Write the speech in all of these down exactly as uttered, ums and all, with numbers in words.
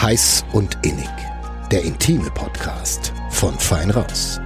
Heiß und Innig, der intime Podcast von Fein Raus.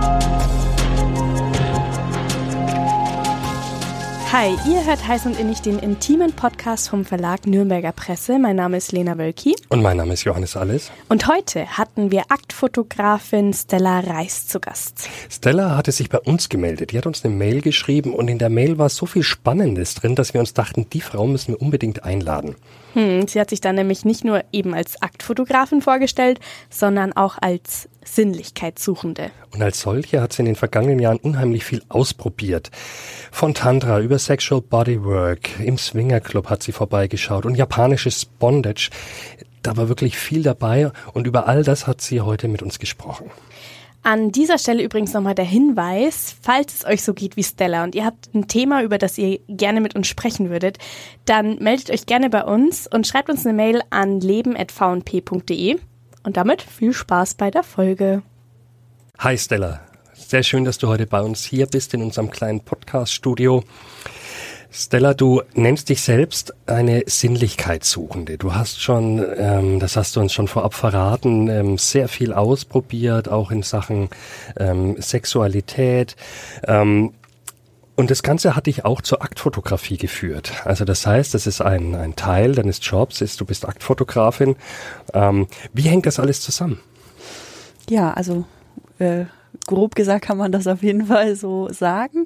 Hi, ihr hört Heiß und Innig, den intimen Podcast vom Verlag Nürnberger Presse. Mein Name ist Lena Wölki. Und mein Name ist Johannes Alles. Und heute hatten wir Aktfotografin Stella Reis zu Gast. Stella hatte sich bei uns gemeldet. Die hat uns eine Mail geschrieben und in der Mail war so viel Spannendes drin, dass wir uns dachten, die Frau müssen wir unbedingt einladen. Hm, sie hat sich dann nämlich nicht nur eben als Aktfotografin vorgestellt, sondern auch als Sinnlichkeitssuchende. Und als solche hat sie in den vergangenen Jahren unheimlich viel ausprobiert. Von Tantra über Sexual Bodywork, im Swingerclub hat sie vorbeigeschaut und japanisches Bondage. Da war wirklich viel dabei und über all das hat sie heute mit uns gesprochen. An dieser Stelle übrigens nochmal der Hinweis, falls es euch so geht wie Stella und ihr habt ein Thema, über das ihr gerne mit uns sprechen würdet, dann meldet euch gerne bei uns und schreibt uns eine Mail an leben at v n p punkt d e. Und damit viel Spaß bei der Folge. Hi Stella, sehr schön, dass du heute bei uns hier bist in unserem kleinen Podcast-Studio. Stella, du nennst dich selbst eine Sinnlichkeitssuchende. Du hast schon, ähm, das hast du uns schon vorab verraten, ähm, sehr viel ausprobiert, auch in Sachen ähm, Sexualität. Ähm, und das Ganze hat dich auch zur Aktfotografie geführt. Also das heißt, das ist ein, ein Teil deines Jobs, ist, du bist Aktfotografin. Ähm, wie hängt das alles zusammen? Ja, also äh, grob gesagt kann man das auf jeden Fall so sagen.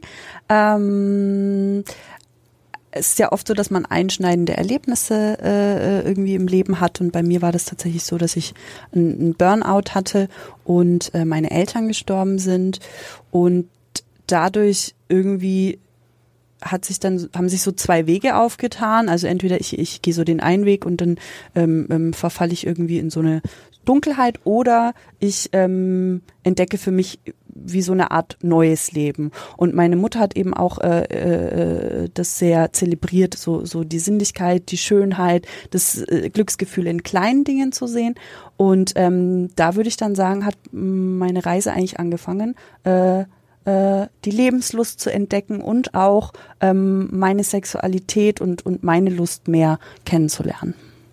Ähm, Es ist ja oft so, dass man einschneidende Erlebnisse äh, irgendwie im Leben hat und bei mir war das tatsächlich so, dass ich einen Burnout hatte und äh, meine Eltern gestorben sind und dadurch irgendwie hat sich dann, haben sich so zwei Wege aufgetan, also entweder ich, ich gehe so den einen Weg und dann ähm, ähm, verfalle ich irgendwie in so eine Dunkelheit oder ich ähm, entdecke für mich wie so eine Art neues Leben. Und meine Mutter hat eben auch äh, äh, das sehr zelebriert, so so die Sinnlichkeit, die Schönheit, das äh, Glücksgefühl in kleinen Dingen zu sehen. Und ähm, da würde ich dann sagen, hat meine Reise eigentlich angefangen, äh, äh, die Lebenslust zu entdecken und auch ähm, meine Sexualität und und meine Lust mehr kennenzulernen.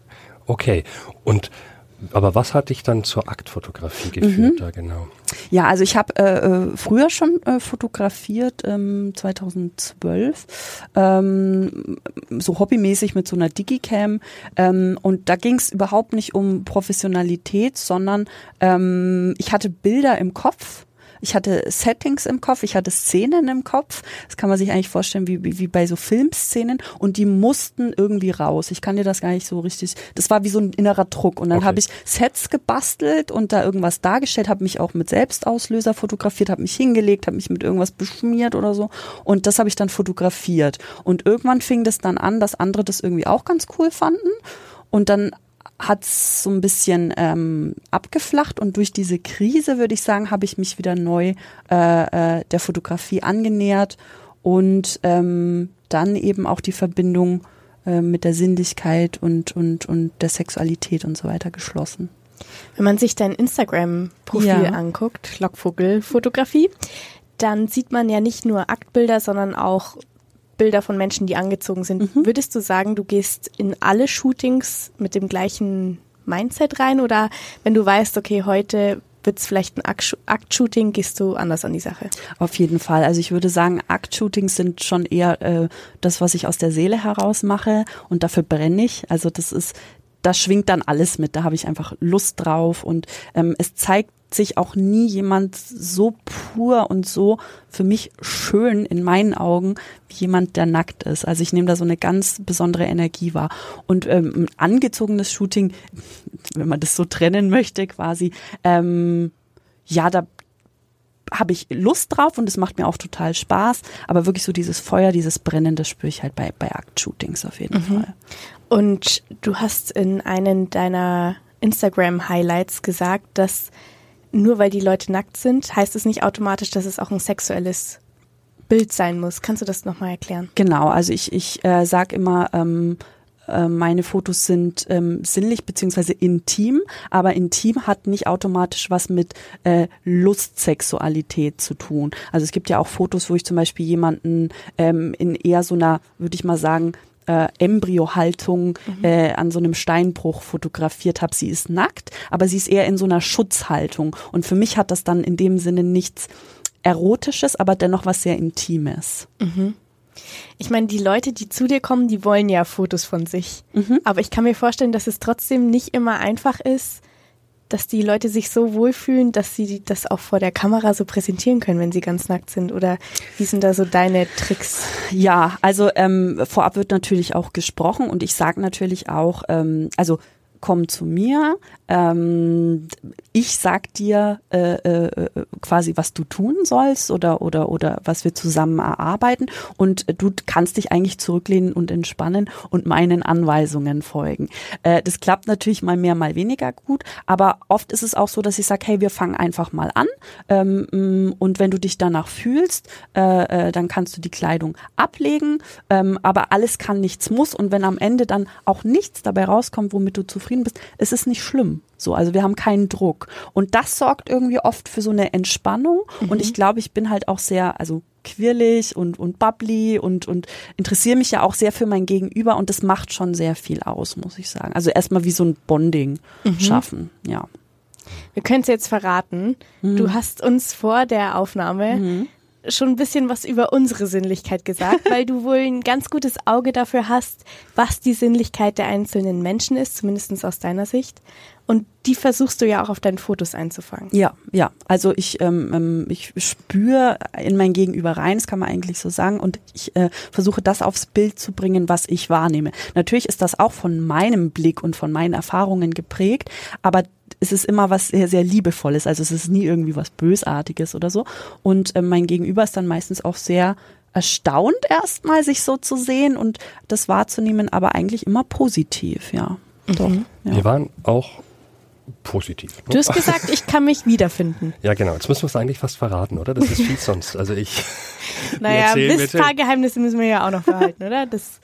Okay, und aber was hat dich dann zur Aktfotografie geführt, mhm. da genau? Ja, also ich habe äh, früher schon äh, fotografiert, ähm, zweitausendzwölf, ähm, so hobbymäßig mit so einer Digicam ähm, und da ging es überhaupt nicht um Professionalität, sondern ähm, ich hatte Bilder im Kopf. Ich hatte Settings im Kopf, ich hatte Szenen im Kopf. Das kann man sich eigentlich vorstellen wie, wie, wie bei so Filmszenen und die mussten irgendwie raus. Ich kann dir das gar nicht so richtig, das war wie so ein innerer Druck und dann okay. habe ich Sets gebastelt und da irgendwas dargestellt, habe mich auch mit Selbstauslöser fotografiert, habe mich hingelegt, habe mich mit irgendwas beschmiert oder so und das habe ich dann fotografiert. Und irgendwann fing das dann an, dass andere das irgendwie auch ganz cool fanden und dann hat es so ein bisschen ähm, abgeflacht und durch diese Krise, würde ich sagen, habe ich mich wieder neu äh, äh, der Fotografie angenähert und ähm, dann eben auch die Verbindung äh, mit der Sinnlichkeit und, und, und der Sexualität und so weiter geschlossen. Wenn man sich dein Instagram-Profil ja. anguckt, Lockvogel-Fotografie, dann sieht man ja nicht nur Aktbilder, sondern auch Bilder von Menschen, die angezogen sind. Mhm. Würdest du sagen, du gehst in alle Shootings mit dem gleichen Mindset rein oder wenn du weißt, okay, heute wird es vielleicht ein Akt-Shooting, gehst du anders an die Sache? Auf jeden Fall. Also ich würde sagen, Akt-Shootings sind schon eher äh, das, was ich aus der Seele heraus mache und dafür brenne ich. Also das ist, da schwingt dann alles mit. Da habe ich einfach Lust drauf und ähm, es zeigt sich auch nie jemand so pur und so für mich schön in meinen Augen wie jemand, der nackt ist. Also ich nehme da so eine ganz besondere Energie wahr. Und ähm, ein angezogenes Shooting, wenn man das so trennen möchte quasi, ähm, ja, da habe ich Lust drauf und es macht mir auch total Spaß. Aber wirklich so dieses Feuer, dieses Brennen, das spüre ich halt bei, bei Akt-Shootings auf jeden mhm. Fall. Und du hast in einem deiner Instagram-Highlights gesagt, dass nur weil die Leute nackt sind, heißt es nicht automatisch, dass es auch ein sexuelles Bild sein muss. Kannst du das nochmal erklären? Genau, also ich, ich äh, sage immer, ähm, äh, meine Fotos sind ähm, sinnlich beziehungsweise intim, aber intim hat nicht automatisch was mit äh, Lustsexualität zu tun. Also es gibt ja auch Fotos, wo ich zum Beispiel jemanden ähm, in eher so einer, würde ich mal sagen, äh, Embryohaltung mhm. äh, an so einem Steinbruch fotografiert habe. Sie ist nackt, aber sie ist eher in so einer Schutzhaltung. Und für mich hat das dann in dem Sinne nichts Erotisches, aber dennoch was sehr Intimes. Mhm. Ich meine, die Leute, die zu dir kommen, die wollen ja Fotos von sich. Mhm. Aber ich kann mir vorstellen, dass es trotzdem nicht immer einfach ist, dass die Leute sich so wohlfühlen, dass sie das auch vor der Kamera so präsentieren können, wenn sie ganz nackt sind. Oder wie sind da so deine Tricks? Ja, also ähm, vorab wird natürlich auch gesprochen und ich sage natürlich auch, ähm, also komm zu mir, ähm, ich sag dir äh, äh, quasi, was du tun sollst oder oder oder was wir zusammen erarbeiten und du kannst dich eigentlich zurücklehnen und entspannen und meinen Anweisungen folgen. Äh, das klappt natürlich mal mehr, mal weniger gut, aber oft ist es auch so, dass ich sage, hey, wir fangen einfach mal an ähm, und wenn du dich danach fühlst, äh, äh, dann kannst du die Kleidung ablegen, ähm, aber alles kann, nichts muss und wenn am Ende dann auch nichts dabei rauskommt, womit du zufrieden bist, es ist nicht schlimm. So, also wir haben keinen Druck. Und das sorgt irgendwie oft für so eine Entspannung. Mhm. Und ich glaube, ich bin halt auch sehr, also quirlig und, und bubbly und, und interessiere mich ja auch sehr für mein Gegenüber. Und das macht schon sehr viel aus, muss ich sagen. Also erstmal wie so ein Bonding mhm. schaffen, ja. Wir können es jetzt verraten. Mhm. Du hast uns vor der Aufnahme mhm. schon ein bisschen was über unsere Sinnlichkeit gesagt, weil du wohl ein ganz gutes Auge dafür hast, was die Sinnlichkeit der einzelnen Menschen ist, zumindest aus deiner Sicht. Und die versuchst du ja auch auf deinen Fotos einzufangen. Ja, ja. Also ich, ähm, ich spüre in mein Gegenüber rein, das kann man eigentlich so sagen, und ich äh, versuche das aufs Bild zu bringen, was ich wahrnehme. Natürlich ist das auch von meinem Blick und von meinen Erfahrungen geprägt, aber es ist immer was sehr, sehr Liebevolles. Also es ist nie irgendwie was Bösartiges oder so. Und äh, mein Gegenüber ist dann meistens auch sehr erstaunt erstmal, sich so zu sehen und das wahrzunehmen, aber eigentlich immer positiv, ja. Mhm. Doch, ja. Wir waren auch positiv. Ne? Du hast gesagt, ich kann mich wiederfinden. Ja, genau. Jetzt müssen wir es eigentlich fast verraten, oder? Das ist viel sonst. Also ich. Naja, bis ein paar Geheimnisse müssen wir ja auch noch behalten, oder? Das.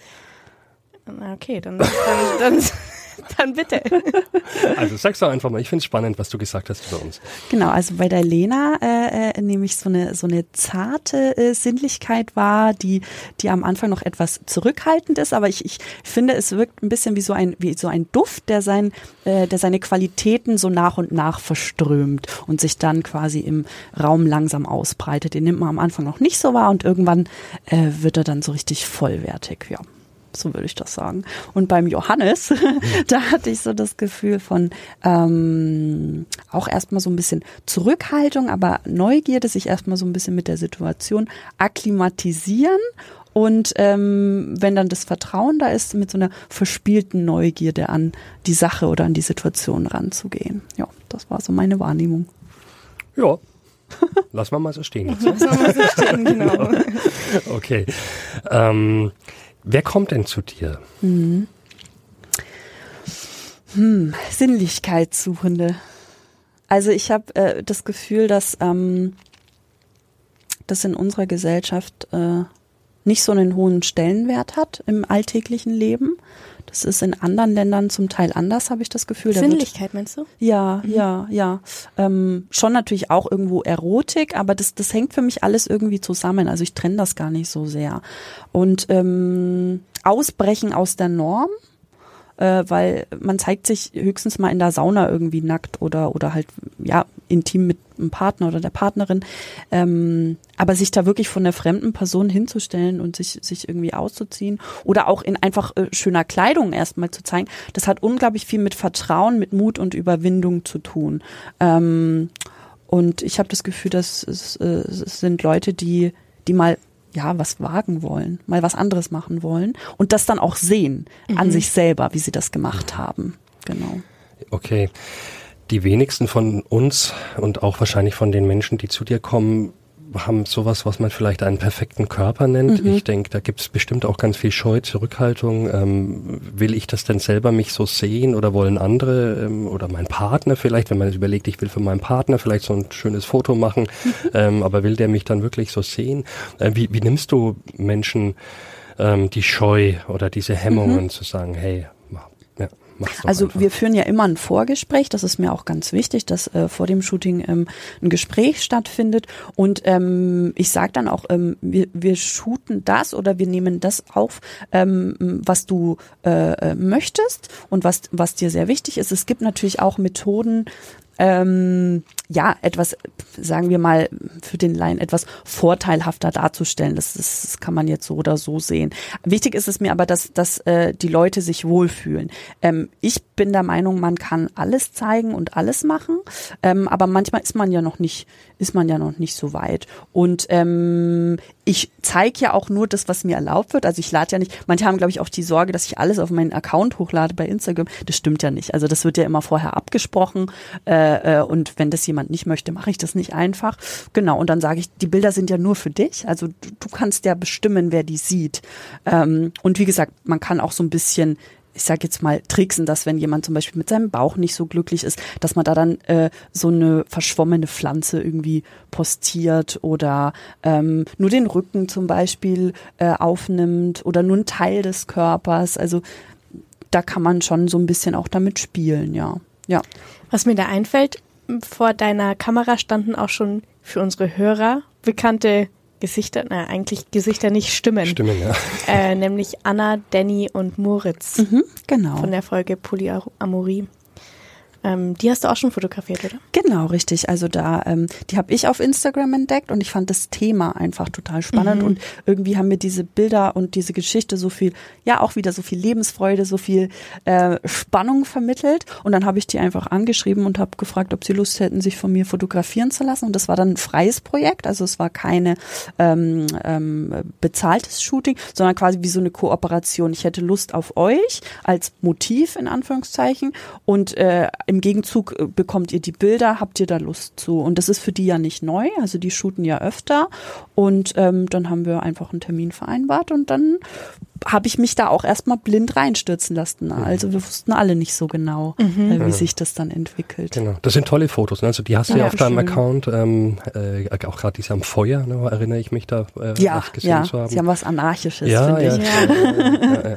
Na okay, dann, dann, dann, dann bitte. Also sag's doch einfach mal. Ich finde es spannend, was du gesagt hast über uns. Genau, also bei der Lena äh, äh, nehme ich so eine so eine zarte äh, Sinnlichkeit wahr, die die am Anfang noch etwas zurückhaltend ist, aber ich ich finde, es wirkt ein bisschen wie so ein wie so ein Duft, der sein äh, der seine Qualitäten so nach und nach verströmt und sich dann quasi im Raum langsam ausbreitet. Den nimmt man am Anfang noch nicht so wahr und irgendwann äh, wird er dann so richtig vollwertig, ja. So würde ich das sagen. Und beim Johannes, da hatte ich so das Gefühl von ähm, auch erstmal so ein bisschen Zurückhaltung, aber Neugierde, sich erstmal so ein bisschen mit der Situation akklimatisieren und ähm, wenn dann das Vertrauen da ist, mit so einer verspielten Neugierde an die Sache oder an die Situation ranzugehen. Ja, das war so meine Wahrnehmung. Ja. Lass mal mal so stehen jetzt. Lass mal so stehen, genau. Okay. Ähm, wer kommt denn zu dir? Hm. Hm, Sinnlichkeitssuchende. Also ich habe äh, das Gefühl, dass ähm, das in unserer Gesellschaft äh, nicht so einen hohen Stellenwert hat im alltäglichen Leben. Das ist in anderen Ländern zum Teil anders, habe ich das Gefühl. Da Sinnlichkeit, wird, meinst du? Ja, mhm. ja, ja. Ähm, schon natürlich auch irgendwo Erotik, aber das, das hängt für mich alles irgendwie zusammen. Also ich trenne das gar nicht so sehr. Und ähm, Ausbrechen aus der Norm, äh, weil man zeigt sich höchstens mal in der Sauna irgendwie nackt oder oder halt ja intim mit einem Partner oder der Partnerin. Ähm, aber sich da wirklich von der fremden Person hinzustellen und sich sich irgendwie auszuziehen oder auch in einfach äh, schöner Kleidung erstmal zu zeigen, das hat unglaublich viel mit Vertrauen, mit Mut und Überwindung zu tun. Ähm, und ich habe das Gefühl, dass es, äh, es sind Leute, die die mal ja, was wagen wollen, mal was anderes machen wollen und das dann auch sehen mhm. an sich selber, wie sie das gemacht haben. Genau. Okay. Die wenigsten von uns und auch wahrscheinlich von den Menschen, die zu dir kommen, haben sowas, was man vielleicht einen perfekten Körper nennt. Mhm. Ich denke, da gibt es bestimmt auch ganz viel Scheu, Zurückhaltung. Ähm, will ich das denn selber mich so sehen oder wollen andere ähm, oder mein Partner vielleicht, wenn man jetzt überlegt, ich will für meinen Partner vielleicht so ein schönes Foto machen, mhm. ähm, aber will der mich dann wirklich so sehen? Äh, wie, wie nimmst du Menschen ähm, die Scheu oder diese Hemmungen mhm. zu sagen, hey, Mach's doch Also einfach. wir führen ja immer ein Vorgespräch, das ist mir auch ganz wichtig, dass äh, vor dem Shooting ähm, ein Gespräch stattfindet und ähm, ich sage dann auch, ähm, wir, wir shooten das oder wir nehmen das auf, ähm, was du äh, möchtest und was, was dir sehr wichtig ist. Es gibt natürlich auch Methoden, ähm, ja, etwas, sagen wir mal, für den Laien etwas vorteilhafter darzustellen. Das, ist, das kann man jetzt so oder so sehen. Wichtig ist es mir aber, dass, dass äh, die Leute sich wohlfühlen. Ähm, ich bin der Meinung, man kann alles zeigen und alles machen, ähm, aber manchmal ist man ja noch nicht, ist man ja noch nicht so weit. Und ähm, ich zeige ja auch nur das, was mir erlaubt wird. Also ich lade ja nicht, manche haben, glaube ich, auch die Sorge, dass ich alles auf meinen Account hochlade bei Instagram. Das stimmt ja nicht. Also das wird ja immer vorher abgesprochen äh, äh, und wenn das jemand nicht möchte, mache ich das nicht einfach. Genau, und dann sage ich, die Bilder sind ja nur für dich. Also du, du kannst ja bestimmen, wer die sieht. Ähm, und wie gesagt, man kann auch so ein bisschen, ich sage jetzt mal, tricksen, dass wenn jemand zum Beispiel mit seinem Bauch nicht so glücklich ist, dass man da dann äh, so eine verschwommene Pflanze irgendwie postiert oder ähm, nur den Rücken zum Beispiel äh, aufnimmt oder nur einen Teil des Körpers. Also da kann man schon so ein bisschen auch damit spielen, ja. Ja. Was mir da einfällt, vor deiner Kamera standen auch schon für unsere Hörer bekannte Gesichter, na eigentlich Gesichter nicht, Stimmen. Stimmen, ja. Äh, nämlich Anna, Danny und Moritz Mhm, genau. von der Folge Polyamorie. Ähm, die hast du auch schon fotografiert, oder? Genau, richtig. Also da, ähm, die habe ich auf Instagram entdeckt und ich fand das Thema einfach total spannend Mhm. und irgendwie haben mir diese Bilder und diese Geschichte so viel, ja auch wieder so viel Lebensfreude, so viel äh, Spannung vermittelt und dann habe ich die einfach angeschrieben und habe gefragt, ob sie Lust hätten, sich von mir fotografieren zu lassen und das war dann ein freies Projekt, also es war keine ähm, ähm, bezahltes Shooting, sondern quasi wie so eine Kooperation. Ich hätte Lust auf euch als Motiv in Anführungszeichen und äh, im Gegenzug äh, bekommt ihr die Bilder, habt ihr da Lust zu. Und das ist für die ja nicht neu, also die shooten ja öfter. Und ähm, dann haben wir einfach einen Termin vereinbart und dann habe ich mich da auch erstmal blind reinstürzen lassen. Also wir wussten alle nicht so genau, Mhm. äh, wie Ja. sich das dann entwickelt. Genau, das sind tolle Fotos. Ne? Also die hast du ja, Ja, auf deinem schön. Account, ähm, äh, auch gerade diese am Feuer, ne, erinnere ich mich da äh, Ja, was gesehen ja, zu haben. sie haben was Anarchisches, ja, finde ja, ich. Ja. ja, ja, ja,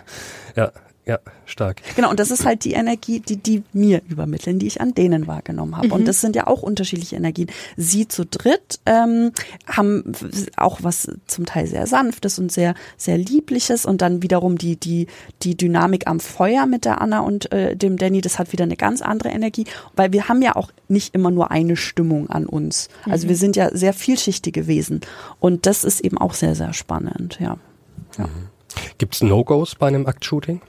ja, ja, stark. Genau, und das ist halt die Energie, die die mir übermitteln, die ich an denen wahrgenommen habe. Mhm. Und das sind ja auch unterschiedliche Energien. Sie zu dritt ähm, haben auch was zum Teil sehr Sanftes und sehr sehr Liebliches und dann wiederum die die die Dynamik am Feuer mit der Anna und äh, dem Danny, das hat wieder eine ganz andere Energie, weil wir haben ja auch nicht immer nur eine Stimmung an uns. Also Mhm. wir sind ja sehr vielschichtige Wesen und das ist eben auch sehr sehr spannend, ja. ja. Gibt's No-Gos bei einem Aktshooting?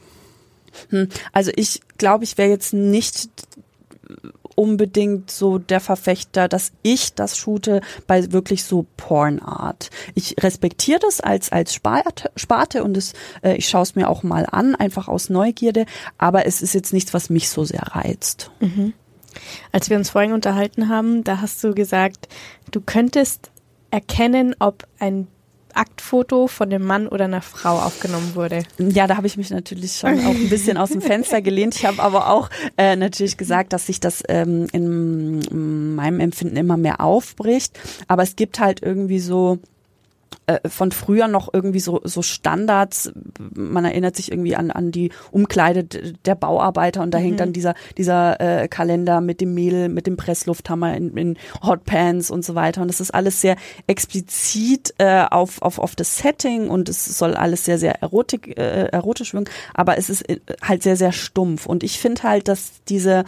Hm, Also ich glaube, ich wäre jetzt nicht unbedingt so der Verfechter, dass ich das shoote bei wirklich so Pornart. Ich respektiere das als als Sparte, Sparte und es, äh, ich schaue es mir auch mal an, einfach aus Neugierde, aber es ist jetzt nichts, was mich so sehr reizt. Mhm. Als wir uns vorhin unterhalten haben, da hast du gesagt, du könntest erkennen, ob ein Aktfoto von einem Mann oder einer Frau aufgenommen wurde. Ja, da habe ich mich natürlich schon auch ein bisschen aus dem Fenster gelehnt. Ich habe aber auch äh, natürlich gesagt, dass sich das ähm, in, in meinem Empfinden immer mehr aufbricht. Aber es gibt halt irgendwie so äh, von früher noch irgendwie so so Standards. Man erinnert sich irgendwie an an die Umkleide d- der Bauarbeiter und da Mhm. hängt dann dieser dieser äh, Kalender mit dem Mädel, mit dem Presslufthammer in, in Hotpants und so weiter. Und das ist alles sehr explizit äh, auf auf auf das Setting und es soll alles sehr sehr erotik äh, erotisch wirken. Aber es ist äh, halt sehr sehr stumpf. Und ich finde halt, dass diese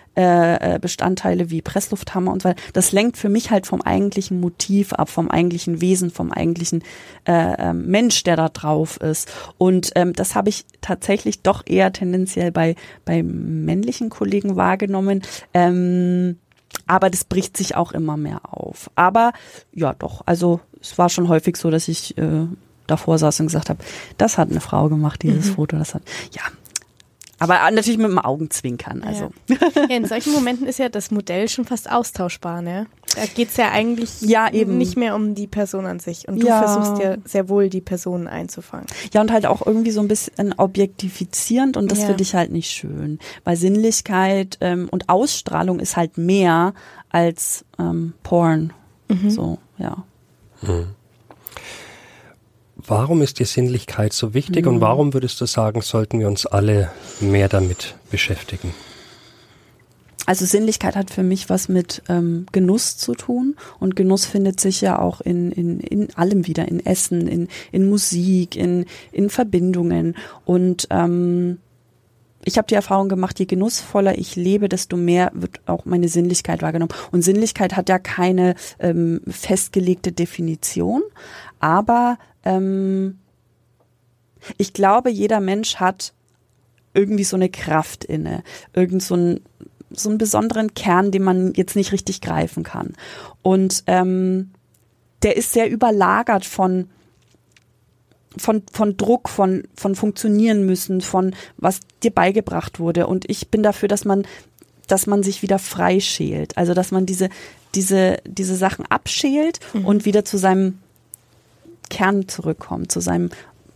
äh, Bestandteile wie Presslufthammer und so weiter, das lenkt für mich halt vom eigentlichen Motiv ab, vom eigentlichen Wesen, vom eigentlichen äh, Mensch, der da drauf ist. Und ähm, das habe ich tatsächlich doch eher tendenziell bei, bei männlichen Kollegen wahrgenommen. Ähm, aber das bricht sich auch immer mehr auf. Aber ja doch, also es war schon häufig so, dass ich äh, davor saß und gesagt habe, das hat eine Frau gemacht, dieses Mhm. Foto, das hat, ja. Aber natürlich mit dem Augenzwinkern. Also. Ja. Ja, in solchen Momenten ist ja das Modell schon fast austauschbar, ne? Da geht's ja eigentlich Ja, eben. nicht mehr um die Person an sich. Und du Ja. versuchst ja sehr wohl, die Personen einzufangen. Ja, und halt auch irgendwie so ein bisschen objektifizierend und das Ja. finde ich halt nicht schön. Weil Sinnlichkeit ähm, und Ausstrahlung ist halt mehr als ähm, Porn. Mhm. So, ja. Hm. Warum ist die Sinnlichkeit so wichtig mhm. und warum würdest du sagen, sollten wir uns alle mehr damit beschäftigen? Also Sinnlichkeit hat für mich was mit ähm, Genuss zu tun und Genuss findet sich ja auch in, in, in allem wieder, in Essen, in, in Musik, in, in Verbindungen und ähm, ich habe die Erfahrung gemacht, je genussvoller ich lebe, desto mehr wird auch meine Sinnlichkeit wahrgenommen. Und Sinnlichkeit hat ja keine ähm, festgelegte Definition, aber ähm, ich glaube, jeder Mensch hat irgendwie so eine Kraft inne, irgend so ein so einen besonderen Kern, den man jetzt nicht richtig greifen kann. Und ähm, der ist sehr überlagert von von von Druck, von von funktionieren müssen, von was dir beigebracht wurde. Und ich bin dafür, dass man dass man sich wieder frei schält. Also dass man diese diese diese Sachen abschält mhm. und wieder zu seinem Kern zurückkommt, zu seinem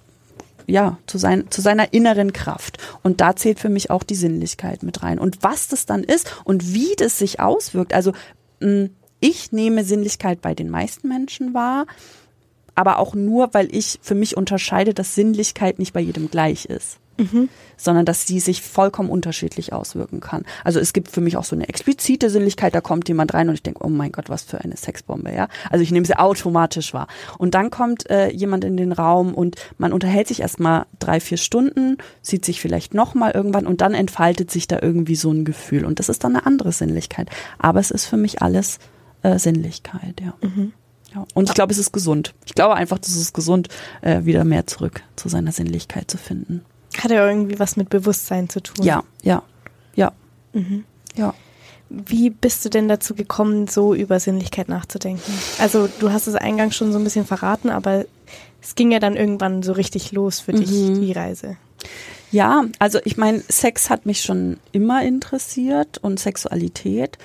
ja, zu, sein, zu seiner inneren Kraft. Und da zählt für mich auch die Sinnlichkeit mit rein. Und was das dann ist und wie das sich auswirkt, also mh, ich nehme Sinnlichkeit bei den meisten Menschen wahr, aber auch nur, weil ich für mich unterscheide, dass Sinnlichkeit nicht bei jedem gleich ist. Mhm. Sondern dass sie sich vollkommen unterschiedlich auswirken kann. Also es gibt für mich auch so eine explizite Sinnlichkeit, da kommt jemand rein und ich denke, oh mein Gott, was für eine Sexbombe, ja. Also ich nehme sie automatisch wahr. Und dann kommt äh, jemand in den Raum und man unterhält sich erstmal drei, vier Stunden, sieht sich vielleicht nochmal irgendwann und dann entfaltet sich da irgendwie so ein Gefühl. Und das ist dann eine andere Sinnlichkeit. Aber es ist für mich alles äh, Sinnlichkeit, ja. Mhm. Ja. Und ich glaube, es ist gesund. Ich glaube einfach, es ist gesund, äh, wieder mehr zurück zu seiner Sinnlichkeit zu finden. Hat ja irgendwie was mit Bewusstsein zu tun. Ja, ja, ja. Mhm. Ja. Wie bist du denn dazu gekommen, so über Sinnlichkeit nachzudenken? Also du hast es eingangs schon so ein bisschen verraten, aber es ging ja dann irgendwann so richtig los für dich, mhm. die Reise. Ja, also ich meine, Sex hat mich schon immer interessiert und Sexualität,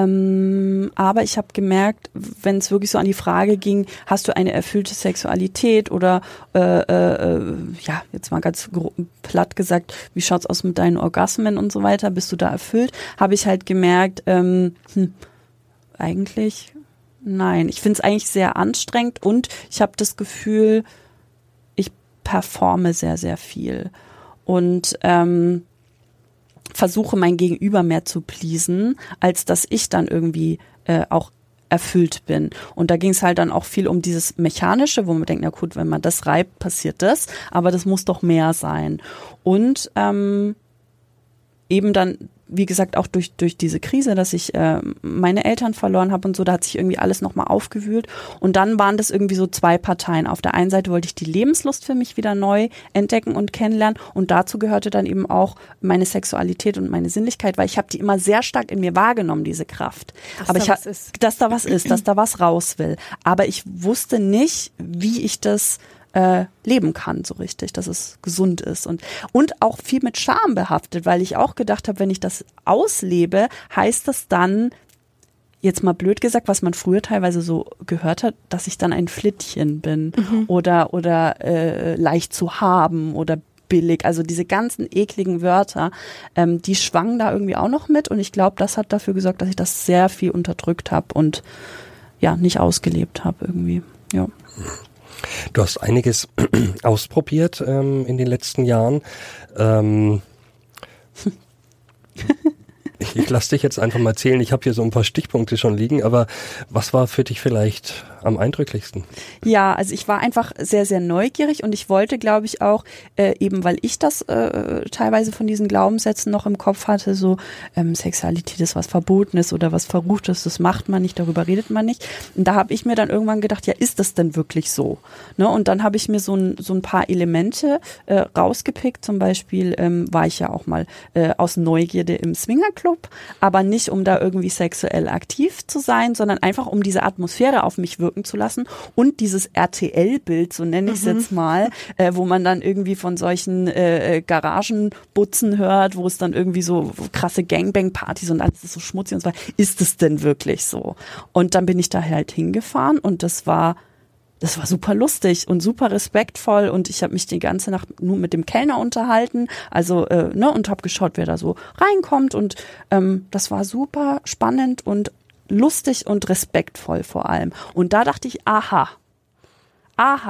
ähm, aber ich habe gemerkt, wenn es wirklich so an die Frage ging, hast du eine erfüllte Sexualität oder äh, äh, ja, jetzt mal ganz platt gesagt, wie schaut's aus mit deinen Orgasmen und so weiter, bist du da erfüllt, habe ich halt gemerkt, ähm, hm, eigentlich nein, ich finde es eigentlich sehr anstrengend und ich habe das Gefühl, ich performe sehr, sehr viel. Und ähm, versuche mein Gegenüber mehr zu pleasen, als dass ich dann irgendwie äh, auch erfüllt bin. Und da ging es halt dann auch viel um dieses Mechanische, wo man denkt, na gut, wenn man das reibt, passiert das, aber das muss doch mehr sein. Und ähm, eben dann, wie gesagt, auch durch durch diese Krise, dass ich äh, meine Eltern verloren habe und so, da hat sich irgendwie alles nochmal aufgewühlt. Und dann waren das irgendwie so zwei Parteien. Auf der einen Seite wollte ich die Lebenslust für mich wieder neu entdecken und kennenlernen. Und dazu gehörte dann eben auch meine Sexualität und meine Sinnlichkeit, weil ich habe die immer sehr stark in mir wahrgenommen, diese Kraft. Dass Aber da ich was ist. Dass da was ist, dass da was raus will. Aber ich wusste nicht, wie ich das Äh, leben kann, so richtig, dass es gesund ist und und auch viel mit Scham behaftet, weil ich auch gedacht habe, wenn ich das auslebe, heißt das dann, jetzt mal blöd gesagt, was man früher teilweise so gehört hat, dass ich dann ein Flittchen bin mhm. oder oder äh, leicht zu haben oder billig, also diese ganzen ekligen Wörter, ähm, die schwangen da irgendwie auch noch mit und ich glaube, das hat dafür gesorgt, dass ich das sehr viel unterdrückt habe und ja, nicht ausgelebt habe irgendwie, ja. Du hast einiges ausprobiert ähm, in den letzten Jahren. Ähm, ich ich lasse dich jetzt einfach mal erzählen. Ich habe hier so ein paar Stichpunkte schon liegen, aber was war für dich vielleicht am eindrücklichsten? Ja, also ich war einfach sehr, sehr neugierig und ich wollte, glaube ich, auch, äh, eben weil ich das äh, teilweise von diesen Glaubenssätzen noch im Kopf hatte, so ähm, Sexualität ist was Verbotenes oder was Verruchtes, das macht man nicht, darüber redet man nicht. Und da habe ich mir dann irgendwann gedacht, ja, ist das denn wirklich so? Ne? Und dann habe ich mir so ein, so ein paar Elemente äh, rausgepickt. Zum Beispiel ähm, war ich ja auch mal äh, aus Neugierde im Swingerclub, aber nicht, um da irgendwie sexuell aktiv zu sein, sondern einfach, um diese Atmosphäre auf mich wirken zu lassen und dieses R T L-Bild, so nenne ich es mhm. jetzt mal, äh, wo man dann irgendwie von solchen äh, Garagenbutzen hört, wo es dann irgendwie so krasse Gangbang-Partys und alles ist so schmutzig und so weiter. Ist es denn wirklich so? Und dann bin ich da halt hingefahren und das war Das war super lustig und super respektvoll und ich habe mich die ganze Nacht nur mit dem Kellner unterhalten, also äh, ne und habe geschaut, wer da so reinkommt und ähm, das war super spannend und lustig und respektvoll vor allem. Und da dachte ich, aha, aha,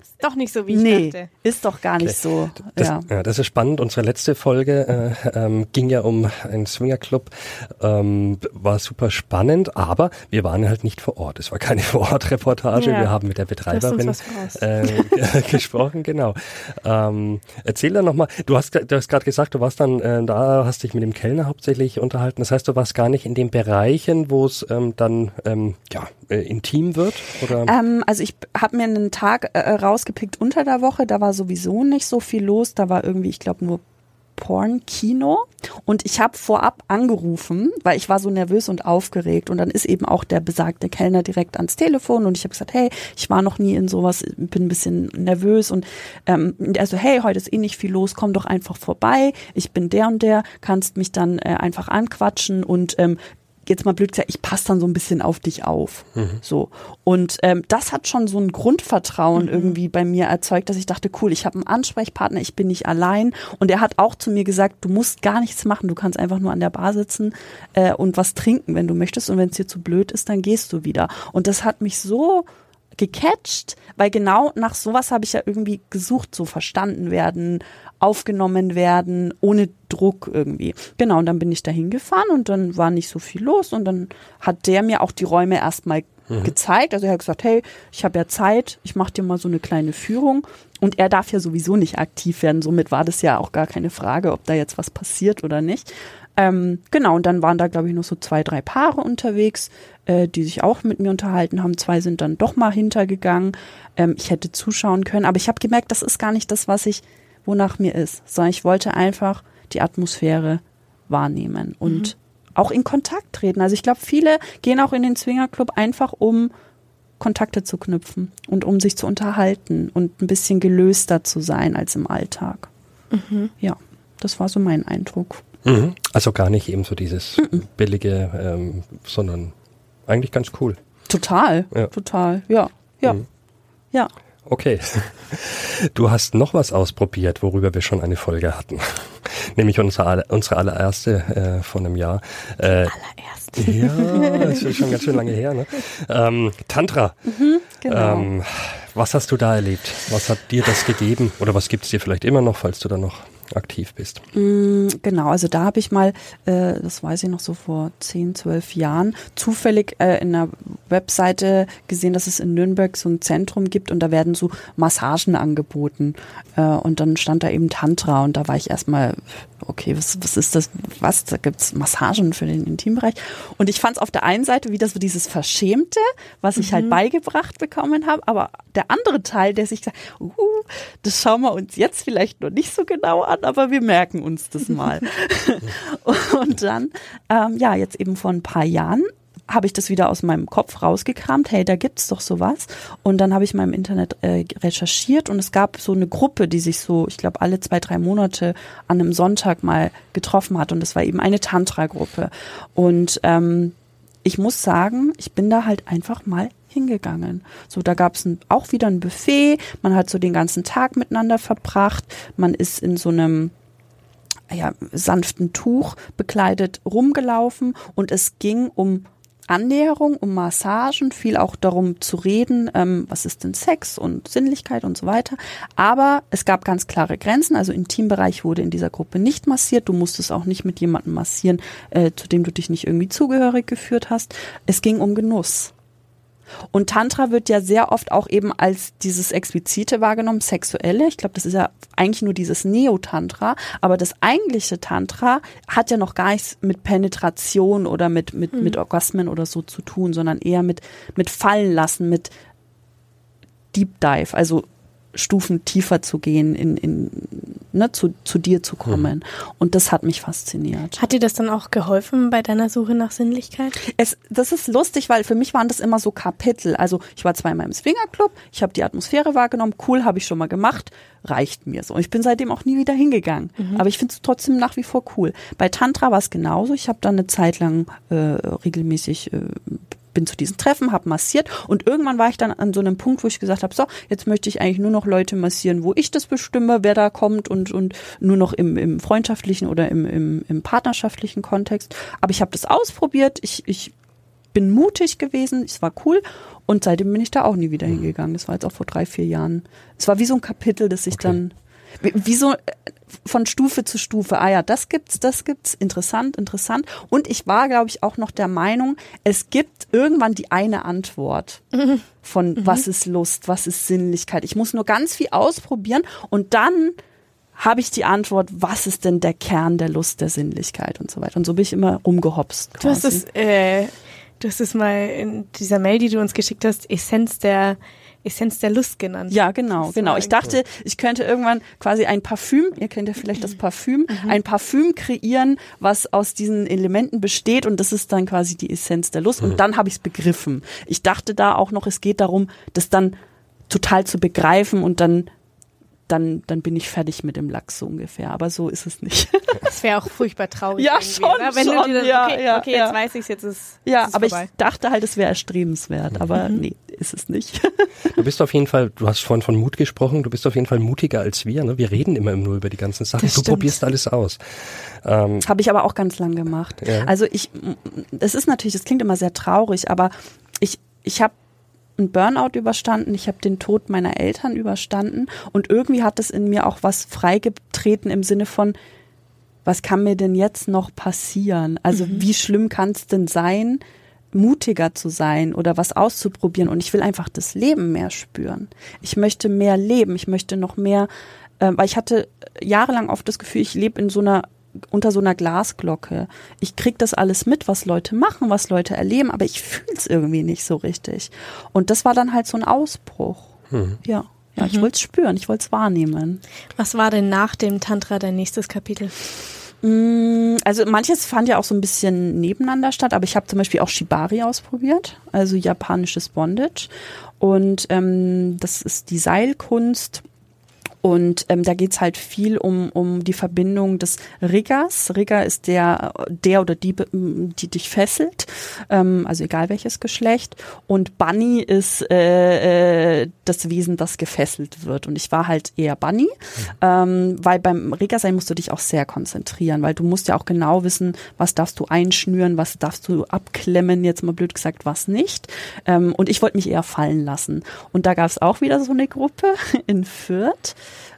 Ist doch nicht so, wie ich nee, dachte. Ist doch gar nicht okay. so. Das, ja. ja, das ist spannend. Unsere letzte Folge äh, ähm, ging ja um einen Swingerclub. Ähm, war super spannend, aber wir waren halt nicht vor Ort. Es war keine Vor-Ort-Reportage. Ja, wir haben mit der Betreiberin äh, gesprochen. Genau. Ähm, erzähl dann nochmal. Du hast, du hast gerade gesagt, du warst dann äh, da, hast dich mit dem Kellner hauptsächlich unterhalten. Das heißt, du warst gar nicht in den Bereichen, wo es ähm, dann ähm, ja, äh, intim wird? Oder? Ähm, also ich habe mir einen Tag äh, rausgepickt unter der Woche, da war sowieso nicht so viel los, da war irgendwie, ich glaube, nur Porn-Kino und ich habe vorab angerufen, weil ich war so nervös und aufgeregt und dann ist eben auch der besagte Kellner direkt ans Telefon und ich habe gesagt, hey, ich war noch nie in sowas, bin ein bisschen nervös und ähm, also hey, heute ist eh nicht viel los, komm doch einfach vorbei, ich bin der und der, kannst mich dann äh, einfach anquatschen und ähm, jetzt mal blöd gesagt, ich passe dann so ein bisschen auf dich auf. Mhm. So. Und ähm, das hat schon so ein Grundvertrauen mhm. irgendwie bei mir erzeugt, dass ich dachte, cool, ich habe einen Ansprechpartner, ich bin nicht allein. Und er hat auch zu mir gesagt, du musst gar nichts machen, du kannst einfach nur an der Bar sitzen äh, und was trinken, wenn du möchtest. Und wenn es dir zu blöd ist, dann gehst du wieder. Und das hat mich so gecatcht, weil genau nach sowas habe ich ja irgendwie gesucht, so verstanden werden, aufgenommen werden, ohne Druck irgendwie. Genau, und dann bin ich da hingefahren und dann war nicht so viel los und dann hat der mir auch die Räume erstmal mhm. gezeigt. Also er hat gesagt, hey, ich habe ja Zeit, ich mache dir mal so eine kleine Führung und er darf ja sowieso nicht aktiv werden, somit war das ja auch gar keine Frage, ob da jetzt was passiert oder nicht. Ähm, genau, und dann waren da, glaube ich, noch so zwei, drei Paare unterwegs, äh, die sich auch mit mir unterhalten haben. Zwei sind dann doch mal hintergegangen. Ähm, ich hätte zuschauen können, aber ich habe gemerkt, das ist gar nicht das, was ich, wonach mir ist, sondern ich wollte einfach die Atmosphäre wahrnehmen und mhm. auch in Kontakt treten. Also ich glaube, viele gehen auch in den Swingerclub einfach, um Kontakte zu knüpfen und um sich zu unterhalten und ein bisschen gelöster zu sein als im Alltag. Mhm. Ja, das war so mein Eindruck. Mhm. Also gar nicht eben so dieses mhm. billige, ähm, sondern eigentlich ganz cool. Total, ja. total, ja, ja, mhm. ja. Okay, du hast noch was ausprobiert, worüber wir schon eine Folge hatten, nämlich unsere, unsere allererste äh, von einem Jahr. Äh, allererste? Ja, das ist schon ganz schön lange her, ne? Ähm, Tantra. Mhm, genau. Ähm, was hast du da erlebt? Was hat dir das gegeben? Oder was gibt es dir vielleicht immer noch, falls du da noch aktiv bist? Mm, genau, also da habe ich mal, äh, das weiß ich noch so vor zehn, zwölf Jahren, zufällig äh, in einer Webseite gesehen, dass es in Nürnberg so ein Zentrum gibt und da werden so Massagen angeboten äh, und dann stand da eben Tantra und da war ich erstmal, okay, was, was ist das, was, da gibt's Massagen für den Intimbereich und ich fand es auf der einen Seite wieder so dieses Verschämte, was ich mhm. halt beigebracht bekommen habe, aber der andere Teil, der sich sagt, uh, das schauen wir uns jetzt vielleicht noch nicht so genau an, aber wir merken uns das mal. Und dann, ähm, ja, jetzt eben vor ein paar Jahren habe ich das wieder aus meinem Kopf rausgekramt, hey, da gibt's doch sowas. Und dann habe ich mal im Internet äh, recherchiert und es gab so eine Gruppe, die sich so, ich glaube, alle zwei, drei Monate an einem Sonntag mal getroffen hat und das war eben eine Tantra-Gruppe. Und ähm, ich muss sagen, ich bin da halt einfach mal hingegangen. So, da gab es auch wieder ein Buffet, man hat so den ganzen Tag miteinander verbracht, man ist in so einem ja, sanften Tuch bekleidet rumgelaufen und es ging um Annäherung, um Massagen, viel auch darum zu reden, ähm, was ist denn Sex und Sinnlichkeit und so weiter. Aber es gab ganz klare Grenzen, also Intimbereich wurde in dieser Gruppe nicht massiert, du musstest auch nicht mit jemandem massieren, äh, zu dem du dich nicht irgendwie zugehörig geführt hast. Es ging um Genuss. Und Tantra wird ja sehr oft auch eben als dieses Explizite wahrgenommen, sexuelle. Ich glaube, das ist ja eigentlich nur dieses Neo-Tantra. Aber das eigentliche Tantra hat ja noch gar nichts mit Penetration oder mit, mit, mhm. mit Orgasmen oder so zu tun, sondern eher mit, mit Fallen lassen, mit Deep Dive, also Stufen tiefer zu gehen, in, in, ne, zu, zu dir zu kommen. Mhm. Und das hat mich fasziniert. Hat dir das dann auch geholfen bei deiner Suche nach Sinnlichkeit? Es, das ist lustig, weil für mich waren das immer so Kapitel. Also ich war zweimal im Swingerclub, ich habe die Atmosphäre wahrgenommen, cool, habe ich schon mal gemacht, reicht mir so. Und ich bin seitdem auch nie wieder hingegangen. Mhm. Aber ich finde es trotzdem nach wie vor cool. Bei Tantra war es genauso. Ich habe dann eine Zeit lang äh, regelmäßig äh, bin zu diesen Treffen, habe massiert und irgendwann war ich dann an so einem Punkt, wo ich gesagt habe, so, jetzt möchte ich eigentlich nur noch Leute massieren, wo ich das bestimme, wer da kommt und und nur noch im, im freundschaftlichen oder im, im, im partnerschaftlichen Kontext. Aber ich habe das ausprobiert, ich, ich bin mutig gewesen, es war cool und seitdem bin ich da auch nie wieder hingegangen. Das war jetzt auch vor drei, vier Jahren. Es war wie so ein Kapitel, das sich Okay. dann, wie, wie so von Stufe zu Stufe, ah ja, das gibt's, das gibt's, interessant, interessant. Und ich war, glaube ich, auch noch der Meinung, es gibt irgendwann die eine Antwort von mhm. was ist Lust, was ist Sinnlichkeit. Ich muss nur ganz viel ausprobieren und dann habe ich die Antwort, was ist denn der Kern der Lust, der Sinnlichkeit und so weiter. Und so bin ich immer rumgehopst. Quasi. Du hast es, äh, du hast es mal in dieser Mail, die du uns geschickt hast, Essenz der Essenz der Lust genannt. Ja, genau, genau. Ich dachte, ich könnte irgendwann quasi ein Parfüm, ihr kennt ja vielleicht das Parfüm, mhm. ein Parfüm kreieren, was aus diesen Elementen besteht und das ist dann quasi die Essenz der Lust. Mhm. Und dann habe ich es begriffen. Ich dachte da auch noch, es geht darum, das dann total zu begreifen und dann Dann, dann bin ich fertig mit dem Lachs so ungefähr. Aber so ist es nicht. Das wäre auch furchtbar traurig. Ja, irgendwie, schon, oder? Wenn schon, du dir dann, ja, okay, ja, okay, ja. jetzt weiß ich es, jetzt ist Ja, jetzt ist aber vorbei. ich dachte halt, es wäre erstrebenswert. Aber mhm. nee, ist es nicht. Du bist auf jeden Fall, du hast vorhin von Mut gesprochen, du bist auf jeden Fall mutiger als wir. Ne? Wir reden immer nur über die ganzen Sachen. Das du stimmt. probierst alles aus. Ähm, Habe ich aber auch ganz lang gemacht. Ja. Also ich, es ist natürlich, es klingt immer sehr traurig, aber ich, ich habe einen Burnout überstanden, ich habe den Tod meiner Eltern überstanden und irgendwie hat es in mir auch was freigetreten im Sinne von, was kann mir denn jetzt noch passieren? Also mhm. wie schlimm kann es denn sein, mutiger zu sein oder was auszuprobieren? Und ich will einfach das Leben mehr spüren. Ich möchte mehr leben, ich möchte noch mehr, äh, weil ich hatte jahrelang oft das Gefühl, ich lebe in so einer unter so einer Glasglocke. Ich krieg das alles mit, was Leute machen, was Leute erleben, aber ich fühle es irgendwie nicht so richtig. Und das war dann halt so ein Ausbruch. Mhm. Ja, ja, mhm. ich wollte es spüren, ich wollte es wahrnehmen. Was war denn nach dem Tantra dein nächstes Kapitel? Also manches fand ja auch so ein bisschen nebeneinander statt, aber ich habe zum Beispiel auch Shibari ausprobiert, also japanisches Bondage. Und ähm, das ist die Seilkunst. Und ähm, da geht's halt viel um um die Verbindung des Riggers. Rigger ist der der oder die, die dich fesselt, ähm, also egal welches Geschlecht. Und Bunny ist äh, äh, das Wesen, das gefesselt wird. Und ich war halt eher Bunny, mhm. ähm, weil beim Rigger sein musst du dich auch sehr konzentrieren, weil du musst ja auch genau wissen, was darfst du einschnüren, was darfst du abklemmen, jetzt mal blöd gesagt, was nicht. Ähm, und ich wollte mich eher fallen lassen. Und da gab's auch wieder so eine Gruppe in Fürth,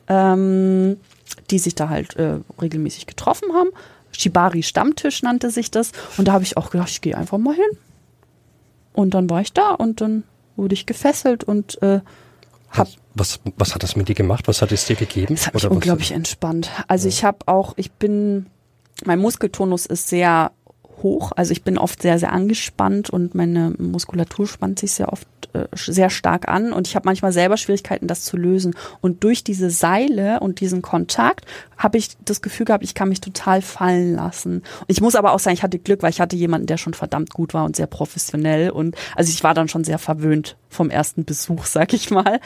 Ähm, die sich da halt äh, regelmäßig getroffen haben. Shibari Stammtisch nannte sich das. Und da habe ich auch gedacht, ich gehe einfach mal hin. Und dann war ich da und dann wurde ich gefesselt und äh, hab... Was, was, was hat das mit dir gemacht? Was hat es dir gegeben? Das hat mich unglaublich entspannt. Also ja. ich habe auch, ich bin, mein Muskeltonus ist sehr hoch. Also ich bin oft sehr, sehr angespannt und meine Muskulatur spannt sich sehr oft äh, sehr stark an und ich habe manchmal selber Schwierigkeiten, das zu lösen. Und durch diese Seile und diesen Kontakt habe ich das Gefühl gehabt, ich kann mich total fallen lassen. Und ich muss aber auch sagen, ich hatte Glück, weil ich hatte jemanden, der schon verdammt gut war und sehr professionell und also ich war dann schon sehr verwöhnt vom ersten Besuch, sag ich mal.